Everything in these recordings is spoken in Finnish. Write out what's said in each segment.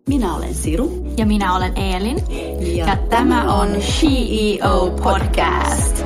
Minä olen Siru. Ja minä olen Eelin. Ja tämä on CEO Podcast.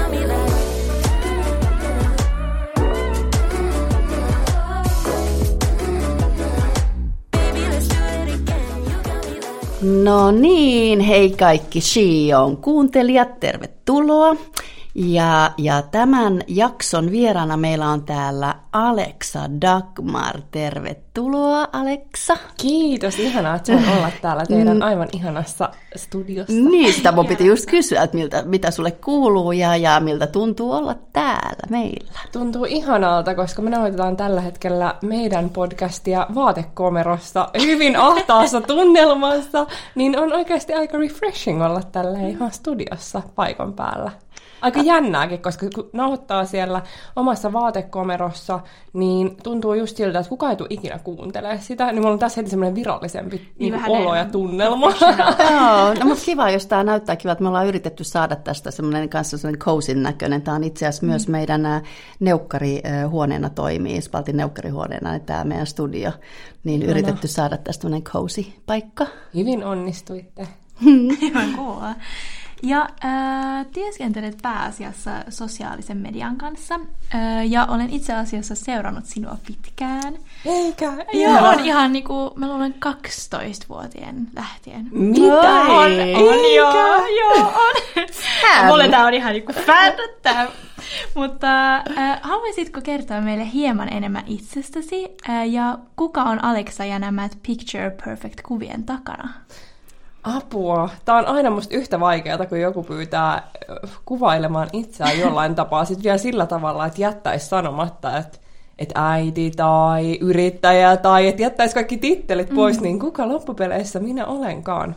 No niin, hei kaikki SheEOn kuuntelijat, tervetuloa. Ja tämän jakson vieraana meillä on täällä Alexa Dagmar. Tervetuloa, Alexa. Kiitos, ihanaa, että sain olla täällä teidän aivan ihanassa studiossa. Niin, sitä mun piti just kysyä, että mitä sulle kuuluu ja miltä tuntuu olla täällä meillä. Tuntuu ihanalta, koska me nauhoitetaan tällä hetkellä meidän podcastia vaatekomerossa hyvin ahtaassa tunnelmassa, niin on oikeasti aika refreshing olla tällä ihan studiossa paikan päällä. Aika jännääkin, koska kun nauhoittaa siellä omassa vaatekomerossa, niin tuntuu just siltä, että kukaan ei tule ikinä kuuntelemaan sitä. Niin mulla on tässä heti semmoinen virallisempi olo ja tunnelma. Joo, no, mutta kiva, jos tämä näyttää kiva, että me ollaan yritetty saada tästä semmoinen cozy näköinen. Tämä on itse asiassa myös meidän neukkarihuoneena toimii, Spaltin neukkarihuoneena, tämä meidän studio. Niin yritetty saada tästä semmoinen cozy paikka. Hyvin onnistuitte. Hyvän kuulla. Ja työskentelet pääasiassa sosiaalisen median kanssa, ja olen itse asiassa seurannut sinua pitkään. Eikä? Joo, on ihan niinku, mä luulen 12-vuotien lähtien. Mitä? On, joo, on. Mulle tää on ihan niinku fännättää. Mutta haluaisitko kertoa meille hieman enemmän itsestäsi, ja kuka on Alexa ja nämä Picture Perfect-kuvien takana? Apua. Tämä on aina musta yhtä vaikeaa, kun joku pyytää kuvailemaan itseään jollain tapaa. Sitten vielä sillä tavalla, että jättäisi sanomatta, että äiti tai yrittäjä tai että jättäisi kaikki tittelit pois, niin kuka loppupeleissä minä olenkaan?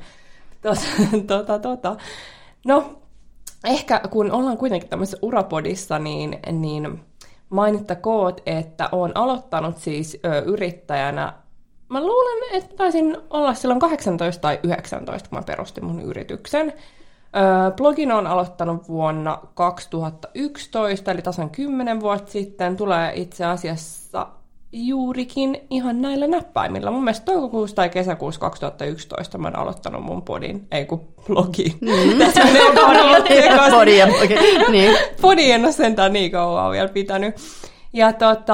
No, ehkä kun ollaan kuitenkin tämmöisessä urapodissa, niin mainittakoot, että olen aloittanut siis yrittäjänä. Mä luulen, että taisin olla silloin 18 tai 19, kun mä perustin mun yrityksen. Blogin on aloittanut vuonna 2011, eli tasan 10 vuotta sitten. Tulee itse asiassa juurikin ihan näillä näppäimillä. Mun mielestä toukokuussa tai kesäkuussa 2011 mä oon aloittanut mun blogin. Tässä Podi en ole sentään niin kauan vielä pitänyt. Ja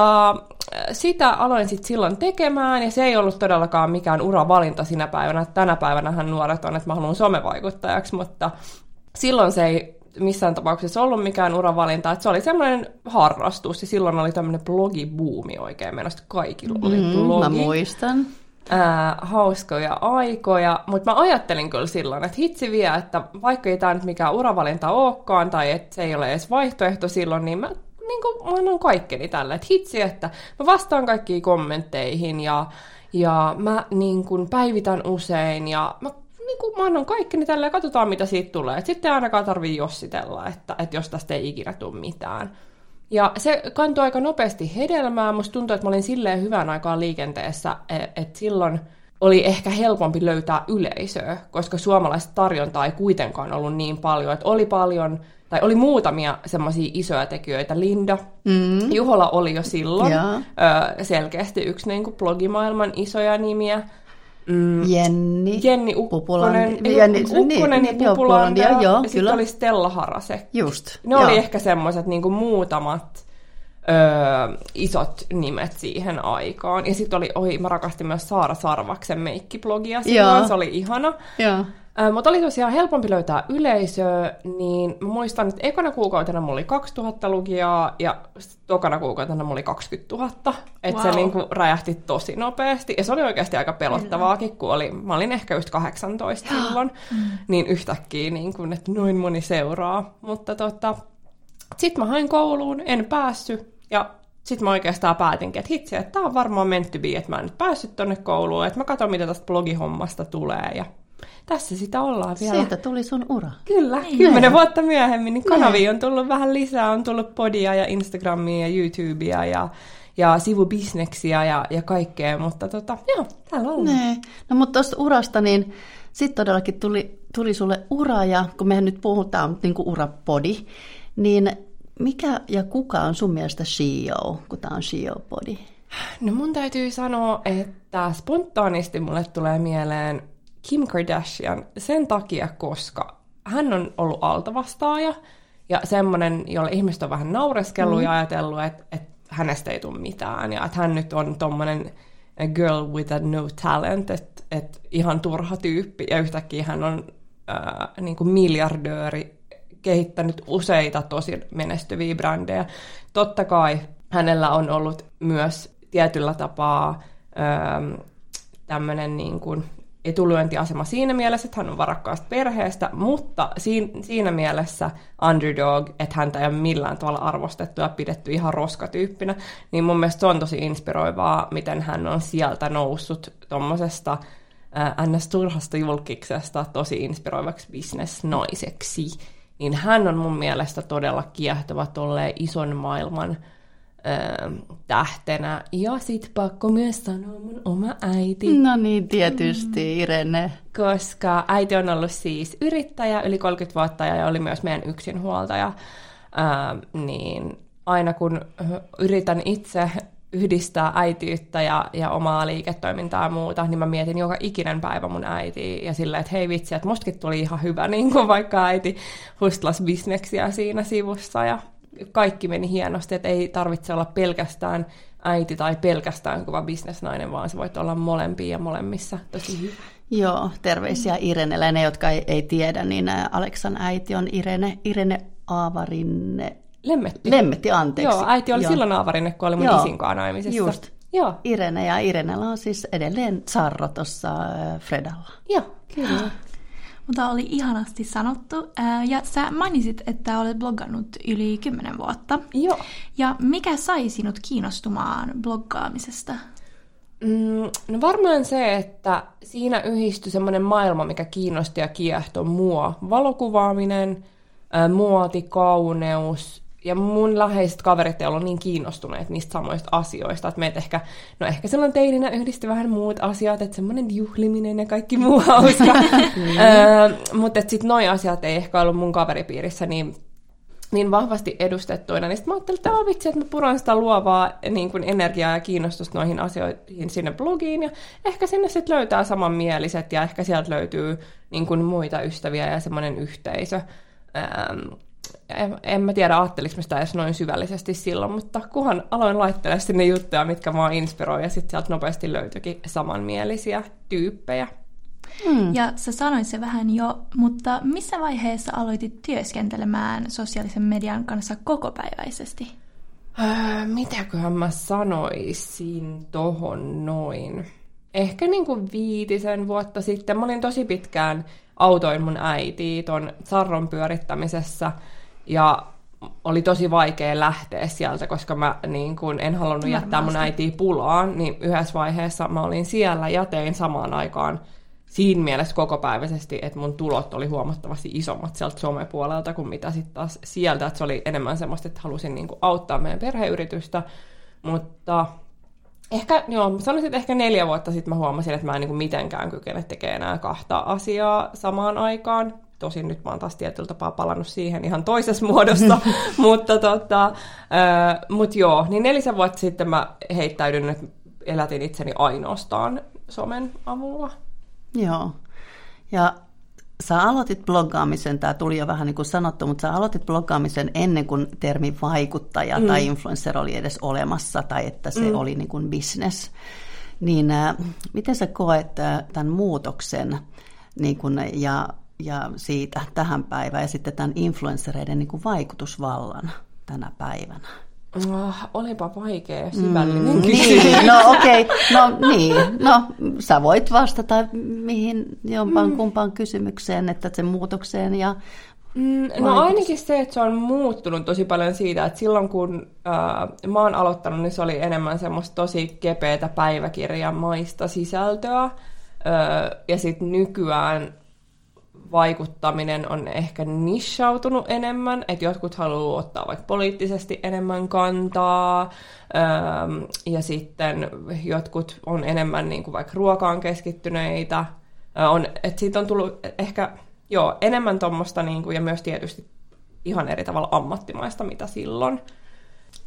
sitä aloin sitten silloin tekemään, ja se ei ollut todellakaan mikään uravalinta sinä päivänä. Tänä päivänähän nuoret on, että mä haluan somevaikuttajaksi, mutta silloin se ei missään tapauksessa ollut mikään uravalinta. Että se oli semmoinen harrastus, ja silloin oli tämmöinen blogibuumi oikein. Meillä kaikilla oli blogi. Mä muistan. Hauskoja aikoja, mutta mä ajattelin kyllä silloin, että hitsi vie, että vaikka ei tämä nyt mikään uravalinta olekaan, tai että se ei ole edes vaihtoehto silloin, niin mä annan kaikkeni tälle, että hitsi, että mä vastaan kaikkiin kommentteihin ja mä päivitän usein ja mä annan kaikkeni tälle ja katsotaan mitä siitä tulee. Et sitten ei ainakaan tarvitse jossitella, että jos tästä ei ikinä tule mitään. Ja se kantoi aika nopeasti hedelmää. Musta tuntuu, että mä olin silleen hyvän aikaa liikenteessä, että silloin oli ehkä helpompi löytää yleisöä, koska suomalaista tarjontaa ei kuitenkaan ollut niin paljon, että oli muutamia semmoisia isoja tekijöitä. Linda Juhola oli jo silloin selkeästi yksi blogimaailman isoja nimiä. Jenni Ukkonen ja Pupulander, ja sitten oli Stella Harasek. Just. Ne oli ehkä semmoiset muutamat isot nimet siihen aikaan. Ja sitten mä rakastin myös Saara Sarvaksen meikkiblogia silloin, se oli ihana. Mutta oli tosiaan helpompi löytää yleisöä, niin mä muistan, että ekana kuukautena mulla oli 2000 lukijaa ja tokana kuukautena mulla oli 20 000. Että se räjähti tosi nopeasti. Ja se oli oikeasti aika pelottavaakin, kun mä olin ehkä just 18 silloin. Niin yhtäkkiä, että noin moni seuraa. Mutta sitten mä hain kouluun, en päässyt ja sitten mä oikeastaan päätinkin, että hitsi, että tää on varmaan meant to be, että mä en nyt päässyt tonne kouluun. Että mä katson, mitä tästä blogihommasta tulee ja tässä sitä ollaan vielä. Siitä tuli sun ura. Kyllä, 10 vuotta myöhemmin, niin kanavia on tullut vähän lisää. On tullut podia ja Instagramia ja YouTubea ja sivubisneksiä ja kaikkea, mutta joo, täällä ollaan. No mutta tuosta urasta, niin sitten todellakin tuli sulle ura, ja kun mehän nyt puhutaan niin kuin urapodi, niin mikä ja kuka on sun mielestä SheEO, kun tämä on SheEO-podi? No mun täytyy sanoa, että spontaanisti mulle tulee mieleen Kim Kardashian sen takia, koska hän on ollut altavastaaja ja semmoinen, jolle ihmiset on vähän naureskellut ja ajatellut, että hänestä ei tule mitään ja että hän nyt on tommonen a girl with a no talent, että ihan turha tyyppi ja yhtäkkiä hän on niin kuin miljardööri, kehittänyt useita tosi menestyviä brändejä. Totta kai hänellä on ollut myös tietyllä tapaa tämmöinen niin kuin etulyöntiasema siinä mielessä, että hän on varakkaasta perheestä, mutta siinä mielessä underdog, että häntä ei ole millään tavalla arvostettu ja pidetty ihan roskatyyppinä, niin mun mielestä se on tosi inspiroivaa, miten hän on sieltä noussut tommosesta ns. Turhasta julkiksesta tosi inspiroivaksi bisnesnaiseksi. Niin hän on mun mielestä todella kiehtova tolleen ison maailman tähtenä. Ja sit pakko myös sanoa mun oma äiti. No niin, tietysti, Irene. Koska äiti on ollut siis yrittäjä yli 30 vuotta ja oli myös meidän yksinhuoltaja. Niin aina kun yritän itse yhdistää äitiyttä ja omaa liiketoimintaa ja muuta, niin mä mietin joka ikinen päivä mun äitiä ja silleen, että hei vitsi, että mustakin tuli ihan hyvä, niin kuin vaikka äiti hustlas bisneksiä siinä sivussa ja kaikki meni hienosti, että ei tarvitse olla pelkästään äiti tai pelkästään kuva bisnesnainen, vaan se voi olla molempia ja molemmissa tosi hyvä. Joo, terveisiä Irenelle. Ne, jotka ei tiedä, niin Aleksan äiti on Irene Aavarinne. Lemmetti, anteeksi. Joo, äiti oli silloin Aavarinne, kun oli mun isinkaan naimisessa. Just. Joo. Irene, ja Irenellä on siis edelleen Zarro tuossa Fredalla. Joo, kyllä. Mutta oli ihanasti sanottu. Ja sä mainisit, että olet bloggannut yli 10 vuotta. Joo. Ja mikä sai sinut kiinnostumaan bloggaamisesta? No varmaan se, että siinä yhdistyi semmoinen maailma, mikä kiinnosti ja kiehtoi mua. Valokuvaaminen, muoti, kauneus ja mun läheiset kaverit ei ollut niin kiinnostuneet niistä samoista asioista, että meitä ehkä silloin teininä yhdisti vähän muut asiat, että semmoinen juhliminen ja kaikki muu hauska. Mutta sitten noi asiat ei ehkä ollut mun kaveripiirissä niin vahvasti edustettuina. Niin sitten mä ajattelin, että vitsi, että mä puran sitä luovaa niin kuin energiaa ja kiinnostusta noihin asioihin sinne blogiin. Ja ehkä sinne sitten löytää samanmieliset ja ehkä sieltä löytyy niin kuin muita ystäviä ja semmoinen yhteisö. En mä tiedä, ajatteliko mä sitä edes noin syvällisesti silloin, mutta kunhan aloin laittelemaan sinne juttuja, mitkä mua inspiroi, ja sitten sieltä nopeasti löytyikin samanmielisiä tyyppejä. Ja sä sanoit se vähän jo, mutta missä vaiheessa aloitit työskentelemään sosiaalisen median kanssa kokopäiväisesti? Mitäköhän mä sanoisin tohon noin? Ehkä niin kuin 5 vuotta sitten. Mä olin tosi pitkään autoin mun äitiä ton Zarron pyörittämisessä ja oli tosi vaikea lähteä sieltä, koska mä niin kun en halunnut jättää mun äitiä pulaan, niin yhdessä vaiheessa mä olin siellä ja tein samaan aikaan siinä mielessä kokopäiväisesti, että mun tulot oli huomattavasti isommat sieltä somepuolelta kuin mitä sitten taas sieltä, että se oli enemmän semmoista, että halusin niin kun auttaa meidän perheyritystä, mutta sanoisin, että ehkä 4 vuotta sitten mä huomasin, että mä en niin kuin mitenkään kykene tekemään enää 2 asiaa samaan aikaan. Tosin nyt mä oon taas tietyllä tapaa palannut siihen ihan toisessa muodossa, mutta joo, niin 4 vuotta sitten mä heittäydyn, että elätin itseni ainoastaan somen avulla. Joo, ja sä aloitit bloggaamisen, tämä tuli jo vähän niin kuin sanottu, mutta sä aloitit bloggaamisen ennen kuin termi vaikuttaja tai influencer oli edes olemassa, tai että se oli niin kuin business. Niin miten sä koet tämän muutoksen niin kuin, ja siitä tähän päivään, ja sitten tämän influencereiden niin kuin vaikutusvallan tänä päivänä? Olipa vaikea, syvällinen kysymys. Niin, no okei, no sä voit vastata mihin jompaan kumpaan kysymykseen, että sen muutokseen ja no ainakin se, että se on muuttunut tosi paljon siitä, että silloin kun mä oon aloittanut, niin se oli enemmän semmoista tosi kepeätä päiväkirjamaista sisältöä, ja sitten nykyään vaikuttaminen on ehkä nishautunut enemmän, että jotkut haluaa ottaa vaikka poliittisesti enemmän kantaa, ja sitten jotkut on enemmän niin kuin vaikka ruokaan keskittyneitä, että siitä on tullut ehkä enemmän tuommoista, niin kuin, ja myös tietysti ihan eri tavalla ammattimaista, mitä silloin.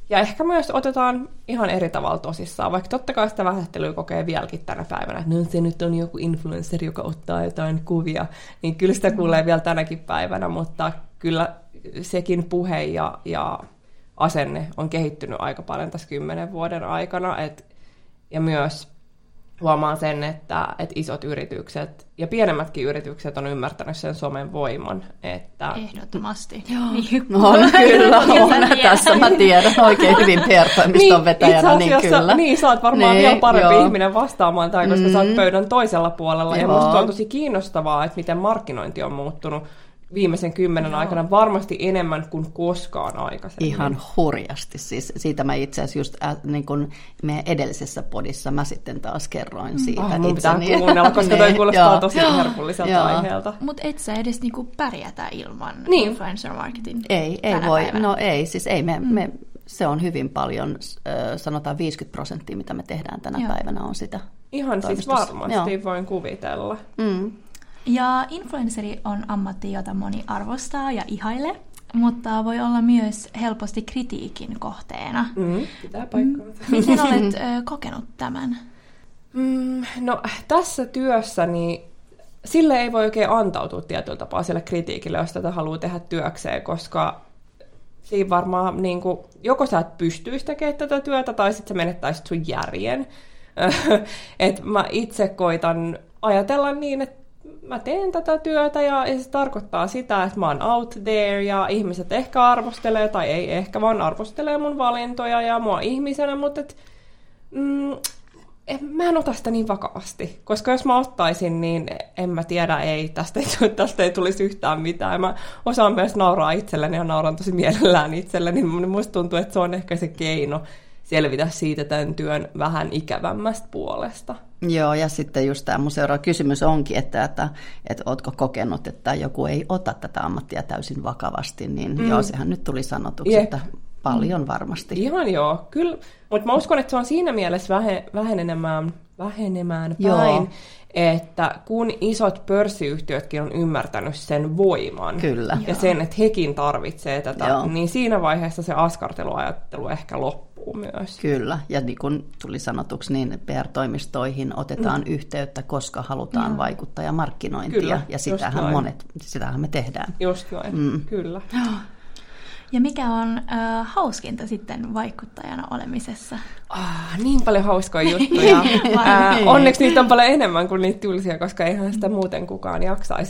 Ja ehkä myös otetaan ihan eri tavalla tosissaan, vaikka totta kai sitä vähättelyä kokee vieläkin tänä päivänä, että no se nyt on joku influencer, joka ottaa jotain kuvia, niin kyllä sitä kuulee vielä tänäkin päivänä, mutta kyllä sekin puhe ja asenne on kehittynyt aika paljon tässä 10 vuoden aikana, ja myös huomaan sen, että isot yritykset ja pienemmätkin yritykset on ymmärtänyt sen somen voiman. Että... Ehdottomasti. No kyllä, on tässä. Mä tiedän oikein hyvin PR-toimiston vetäjänä, niin kyllä. Niin, sä oot varmaan vielä parempi ihminen vastaamaan tai koska sä oot pöydän toisella puolella. Ja musta on tosi kiinnostavaa, että miten markkinointi on muuttunut viimeisen 10 aikana varmasti enemmän kuin koskaan aikaisemmin. Ihan hurjasti. Siis siitä mä itse asiassa just niin kuin meidän edellisessä podissa mä sitten taas kerroin siitä mun pitää kuunnella, koska toi kuulostaa tosi herkulliselta aiheelta. Mutta et sä edes niinku pärjätä ilman influencer marketing. Ei voi. Päivänä. No ei, siis ei se on hyvin paljon, sanotaan 50%, mitä me tehdään tänä päivänä on sitä. Ihan siis varmasti voin kuvitella. Ja influenceri on ammatti, jota moni arvostaa ja ihailee, mutta voi olla myös helposti kritiikin kohteena. Pitää paikkaansa. Miten olet kokenut tämän? No tässä työssä niin sille ei voi oikein antautua tietyllä tapaa sille kritiikille, jos tätä haluaa tehdä työkseen, koska siinä varmaan niin kuin, joko sä et pystyisi tekemään tätä työtä tai sitten sä menettäisit sun järjen. Et mä itse koitan ajatella niin, että mä teen tätä työtä ja se tarkoittaa sitä, että mä oon out there ja ihmiset ehkä arvostelee tai ei ehkä, vaan arvostelee mun valintoja ja mua ihmisenä, mutta mä en ota sitä niin vakavasti, koska jos mä ottaisin, niin en mä tiedä, tästä ei tulisi yhtään mitään. Mä osaan myös nauraa itselleni ja nauran tosi mielellään itselleni, niin musta tuntuu, että se on ehkä se keino selvitä siitä tämän työn vähän ikävämmästä puolesta. Joo, ja sitten just tämä mun seuraava kysymys onkin, että ootko kokenut, että joku ei ota tätä ammattia täysin vakavasti, niin joo, sehän nyt tuli sanotuksi, että paljon varmasti. Ihan joo, kyllä, mutta mä uskon, että se on siinä mielessä vähenemään päin, että kun isot pörssiyhtiötkin on ymmärtänyt sen voiman kyllä. Ja sen, että hekin tarvitsee tätä, niin siinä vaiheessa se askarteluajattelu ehkä loppuu myös. Kyllä, ja niin kuin tuli sanotuksi, niin PR-toimistoihin otetaan yhteyttä, koska halutaan vaikuttaa ja markkinointia, kyllä, ja sitähän me tehdään. Just noin, kyllä. Ja mikä on hauskinta sitten vaikuttajana olemisessa? Niin paljon hauskoja juttuja. Onneksi niitä on paljon enemmän kuin niitä tylsiä, koska eihän sitä muuten kukaan jaksaisi.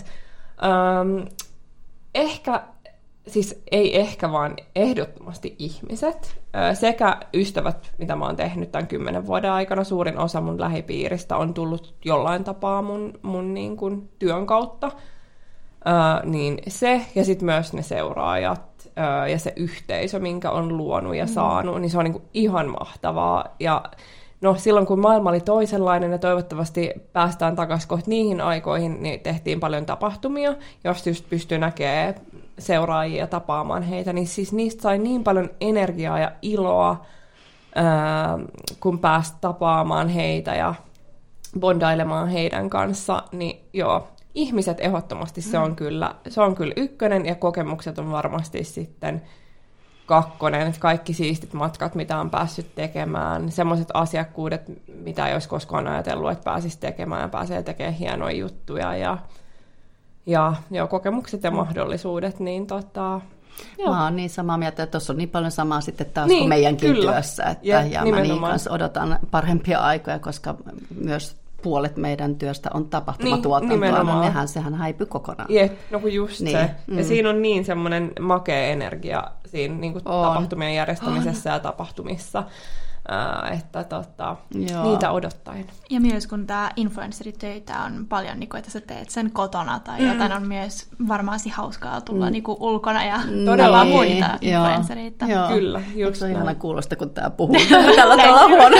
Vaan ehdottomasti ihmiset sekä ystävät, mitä mä oon tehnyt tämän 10 vuoden aikana. Suurin osa mun lähipiiristä on tullut jollain tapaa mun niin kuin työn kautta. Niin se, ja sitten myös ne seuraajat ja se yhteisö, minkä on luonut ja saanut, niin se on niin kuin ihan mahtavaa. Ja no, silloin kun maailma oli toisenlainen ja toivottavasti päästään takaisin kohti niihin aikoihin, niin tehtiin paljon tapahtumia, jos just pystyy näkemään seuraajia ja tapaamaan heitä, niin siis niistä sai niin paljon energiaa ja iloa, kun pääsi tapaamaan heitä ja bondailemaan heidän kanssa, niin joo, ihmiset ehdottomasti se on kyllä ykkönen ja kokemukset on varmasti sitten 2. Kaikki siistit matkat, mitä on päässyt tekemään, semmoiset asiakkuudet, mitä ei olisi koskaan ajatellut, että pääsisi tekemään ja pääsee tekemään hienoja juttuja ja kokemukset ja mahdollisuudet, niin Mä oon niin samaa mieltä, että tuossa on niin paljon samaa sitten taas kuin meidänkin työssä, että mä niin kanssa odotan parempia aikoja, koska myös puolet meidän työstä on tapahtumatuotantoa, no sehän häipy kokonaan. No kun just niin. Se. Ja siinä on niin semmoinen makea energia siinä niin kuin tapahtumien järjestämisessä ja tapahtumissa, että niitä odottaen. Ja myös kun tämä influenceritöitä on paljon, niin kuin, että sä teet sen kotona tai jotain, on myös varmaansi hauskaa tulla niin kuin ulkona ja todella muita influencereita. Kyllä, just se on ihana kuulosta, kun tää puhuu tällä tavalla huono.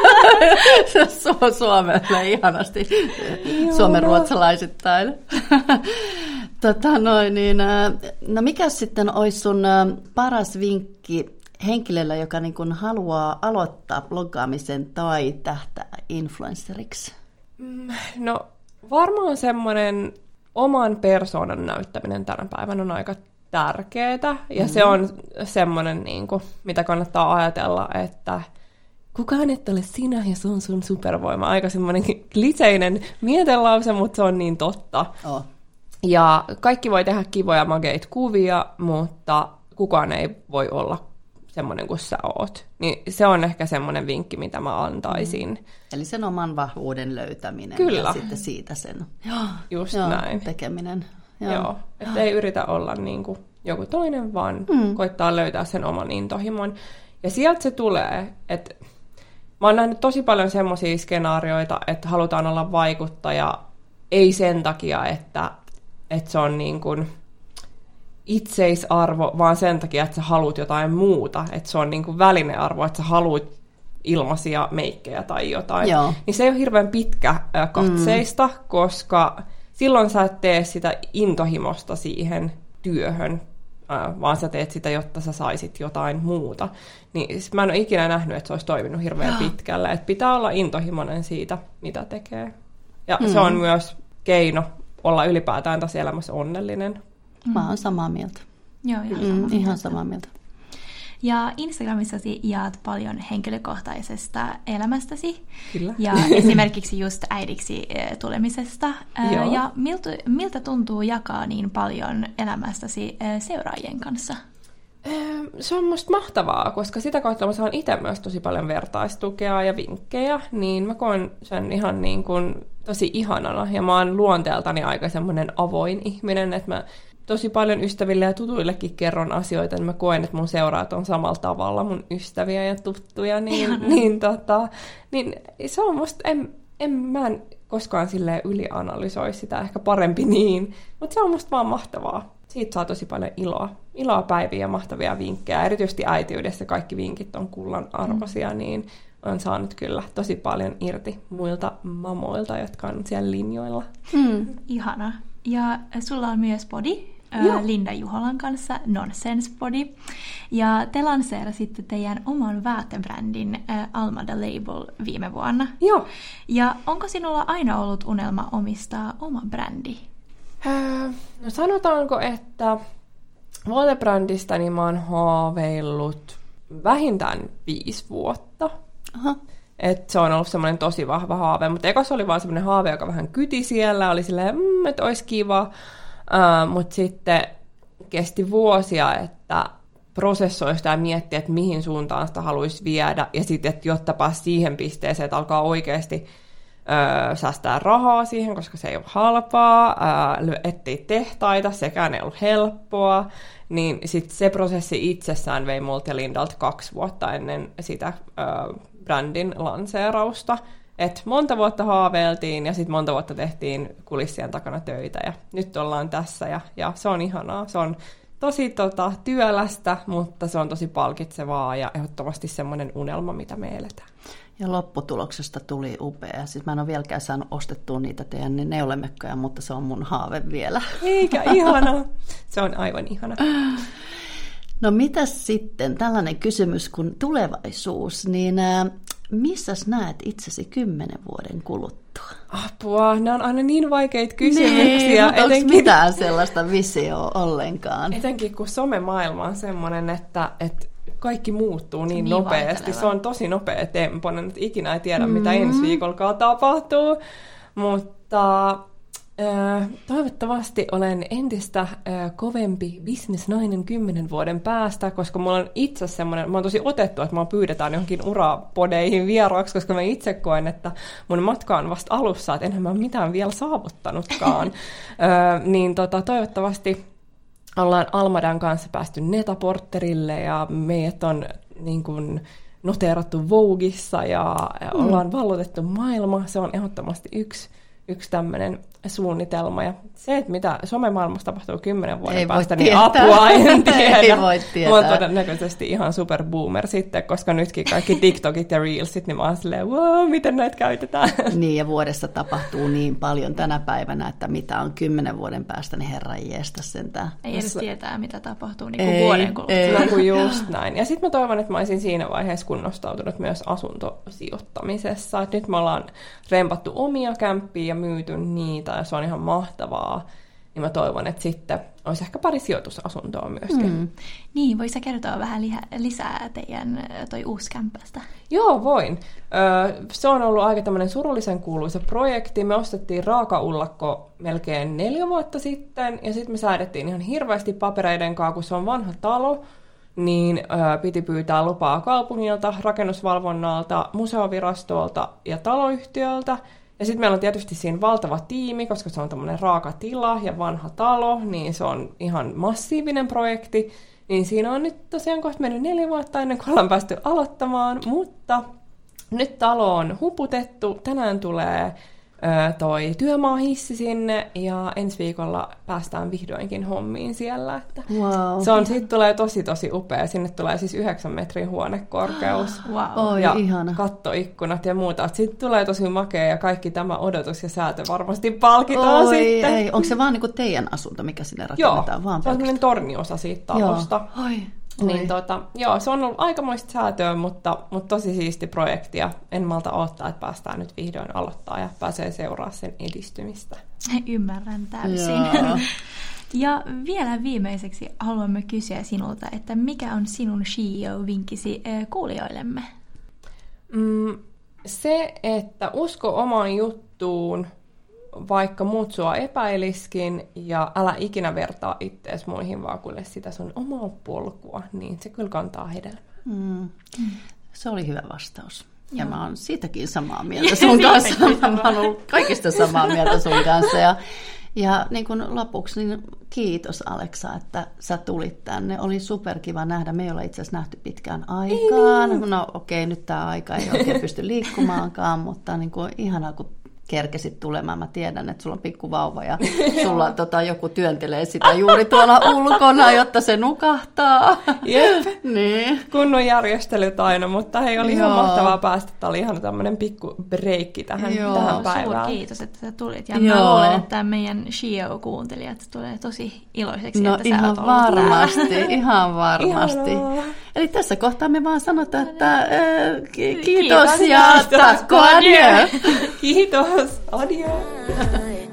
Suomelle ihanasti, suomen ruotsalaisittain. No mikä sitten olisi sun paras vinkki henkilöllä, joka niin kuin haluaa aloittaa bloggaamisen tai tähtää influenceriksi? No varmaan semmoinen oman persoonan näyttäminen tänä päivänä on aika tärkeää. Ja se on semmoinen, niin kuin, mitä kannattaa ajatella, että kukaan et ole sinä ja se on sun supervoima. Aika semmoinen kliseinen mietelause, mutta se on niin totta. Oh. Ja kaikki voi tehdä kivoja mageita kuvia, mutta kukaan ei voi olla semmoinen kuin sä oot. Niin se on ehkä semmoinen vinkki, mitä mä antaisin. Eli sen oman vahvuuden löytäminen. Kyllä. Ja sitten siitä sen Just näin. tekeminen. Joo. Että ei yritä olla niin kuin joku toinen, vaan koittaa löytää sen oman intohimon. Ja sieltä se tulee, että mä oon nähnyt tosi paljon semmoisia skenaarioita, että halutaan olla vaikuttaja, ei sen takia, että se on niin kuin itseisarvo, vaan sen takia, että sä haluat jotain muuta. Että se on niin kuin välinearvo, että sä haluat ilmaisia meikkejä tai jotain. Joo. Niin se ei ole hirveän pitkä katseista, koska silloin sä et tee sitä intohimosta siihen työhön, vaan sä teet sitä, jotta sä saisit jotain muuta. Niin mä en ole ikinä nähnyt, että se olisi toiminut hirveän pitkälle. Että pitää olla intohimoinen siitä, mitä tekee. Ja se on myös keino olla ylipäätään tässä elämässä onnellinen. Mä oon samaa mieltä. Joo, Ihan samaa mieltä. Ja Instagramissasi jaat paljon henkilökohtaisesta elämästäsi. Kyllä. Ja esimerkiksi just äidiksi tulemisesta. Ja miltä tuntuu jakaa niin paljon elämästäsi seuraajien kanssa? Se on musta mahtavaa, koska sitä kautta mä saan itse myös tosi paljon vertaistukea ja vinkkejä, niin mä koen sen ihan niin kuin tosi ihanana. Ja mä oon luonteeltani aika semmoinen avoin ihminen, että mä tosi paljon ystäville ja tutuillekin kerron asioita, niin mä koen, että mun seuraat on samalla tavalla mun ystäviä ja tuttuja, niin se on musta, mä en koskaan silleen ylianalysoi sitä, ehkä parempi niin, mutta se on musta vaan mahtavaa. Siitä saa tosi paljon iloa päiviä ja mahtavia vinkkejä. Erityisesti äitiydessä kaikki vinkit on kullan arvoisia, niin on saanut kyllä tosi paljon irti muilta mamoilta, jotka on siellä linjoilla. Ihana. Ja sulla on myös body, Linda Juholan kanssa, Nonsense Body. Ja te lanseerasitte teidän oman vaatebrändin Alma The Label viime vuonna. Joo. Ja onko sinulla aina ollut unelma omistaa oma brändi? No sanotaanko, että vaatebrändistä niin mä oon haaveillut vähintään 5 vuotta. Aha. Että se on ollut semmoinen tosi vahva haave, mutta ekos oli vaan semmoinen haave, joka vähän kyti siellä, oli silleen, että olisi kiva, mutta sitten kesti vuosia, että prosessoi sitä ja miettiä, että mihin suuntaan sitä haluaisi viedä, ja sitten, että jotta pääsi siihen pisteeseen, että alkaa oikeasti säästää rahaa siihen, koska se ei ole halpaa, ettei tehtaita, sekään ei ollut helppoa, niin sitten se prosessi itsessään vei multa ja Lindalta 2 vuotta ennen sitä brändin lanseerausta. Et monta vuotta haaveiltiin ja sitten monta vuotta tehtiin kulissien takana töitä ja nyt ollaan tässä ja se on ihanaa. Se on tosi työlästä, mutta se on tosi palkitsevaa ja ehdottomasti semmoinen unelma, mitä me eletään. Ja lopputuloksesta tuli upea. Siis mä en ole vieläkään saanut ostettua niitä teidän neulemekkoja, mutta se on mun haave vielä. Eikä ihana. Se on aivan ihana. No mitäs sitten tällainen kysymys kuin tulevaisuus, niin missäs näet itsesi 10 vuoden kuluttua? Apua, nämä on aina niin vaikeita kysymyksiä. Mutta onko mitään sellaista visioa ollenkaan? Etenkin kun somemaailma on semmoinen, että kaikki muuttuu niin nopeasti. Se on tosi nopea tempoinen, että ikinä ei tiedä, mitä ensi viikolla tapahtuu. Mutta toivottavasti olen entistä kovempi businessnainen 10 vuoden päästä, koska mulla on itse semmoinen, mä oon tosi otettu, että mä pyydetään johonkin urapodeihin vieraaksi, koska mä itse koen, että mun matka on vasta alussa, että enhän mä mitään vielä saavuttanutkaan. Niin toivottavasti ollaan Almadan kanssa päästy Netaporterille ja meidät on niin kuin noteerattu Vogueissa ja ollaan valloitettu maailma. Se on ehdottomasti yksi tämmöinen suunnitelma. Ja se, että mitä somemaailmassa tapahtuu 10 vuoden päästä, niin apua en tiedä. Ei voi tietää. Mä oon todennäköisesti ihan superboomer sitten, koska nytkin kaikki TikTokit ja Reelsit, niin mä oon silleen, wow, miten näitä käytetään? Niin, ja vuodessa tapahtuu niin paljon tänä päivänä, että mitä on 10 vuoden päästä, niin herran jeesta sentään. Ei edes tietää, mitä tapahtuu niin kuin vuoden kuluttua. No kun just näin. Ja sitten mä toivon, että mä olisin siinä vaiheessa kunnostautunut myös asuntosijoittamisessa. Et nyt me ollaan rempattu omia kämppiä ja myyty niitä, ja se on ihan mahtavaa. Niin mä toivon, että sitten olisi ehkä pari sijoitusasuntoa myöskin. Niin, voisi kertoa vähän lisää teidän toi uuskämppästä? Joo, voin. Se on ollut aika tämmöinen surullisen kuuluisa projekti. Me ostettiin raakaullakko melkein 4 vuotta sitten, ja sitten me säädettiin ihan hirveästi papereiden kanssa, kun se on vanha talo, niin piti pyytää lupaa kaupungilta, rakennusvalvonnalta, museovirastolta ja taloyhtiöltä. Ja sitten meillä on tietysti siinä valtava tiimi, koska se on tämmöinen raaka tila ja vanha talo, niin se on ihan massiivinen projekti. Niin siinä on nyt tosiaan kohta mennyt 4 vuotta ennen kuin ollaan päästy aloittamaan, mutta nyt talo on huputettu. Tänään tulee toi työmaahissi sinne ja ensi viikolla päästään vihdoinkin hommiin siellä. Että wow. Se on, siitä tulee tosi upea. Sinne tulee siis 9 metrin huonekorkeus ja ihana. Kattoikkunat ja muuta. Sitten tulee tosi makea ja kaikki tämä odotus ja säätö varmasti palkitaan sitten. Ei. Onko se vaan niinku teidän asunto, mikä sinne rakennetaan? Joo, se on sellainen torniosa siitä talosta. Niin se on ollut aikamoista säätöä, mutta tosi siisti projekti ja en malta odottaa, että päästään nyt vihdoin aloittaa ja pääsee seuraamaan sen edistymistä. Ymmärrän täysin. Ja vielä viimeiseksi haluamme kysyä sinulta, että mikä on sinun CEO-vinkkisi kuulijoillemme? Se, että usko omaan juttuun, vaikka muut sua epäiliskin, ja älä ikinä vertaa ittees muihin, vaan kulje sitä sun omaa polkua, niin se kyllä kantaa hedelmää. Se oli hyvä vastaus. Ja mä oon siitäkin samaa mieltä sun kanssa. Mä oon ollut kaikista samaa mieltä sun kanssa. Ja niin kuin lopuksi, niin kiitos Aleksa, että sä tulit tänne. Oli superkiva nähdä. Me ei olla itse asiassa nähty pitkään aikaan. No okei, nyt tää aika ei oikein pysty liikkumaankaan, mutta niin kuin ihanaa, kun kerkesit tulemaan. Mä tiedän, että sulla on pikkuvauva ja sulla joku työntelee sitä juuri tuolla ulkona, jotta se nukahtaa. Jep. Niin. Kunnon järjestelyt aina, mutta hei, oli ihan mahtavaa päästä. Tämä oli ihan tämmöinen pikku breikki tähän päivään. Kiitos, että sä tulit. Ja mä luulen, että meidän Shio-kuuntelijat tulee tosi iloiseksi, että sä oot ollut täällä. Ihan varmasti. Eli tässä kohtaa me vaan sanotaan, että kiitos ja takko adieu. Kiitos, adieu.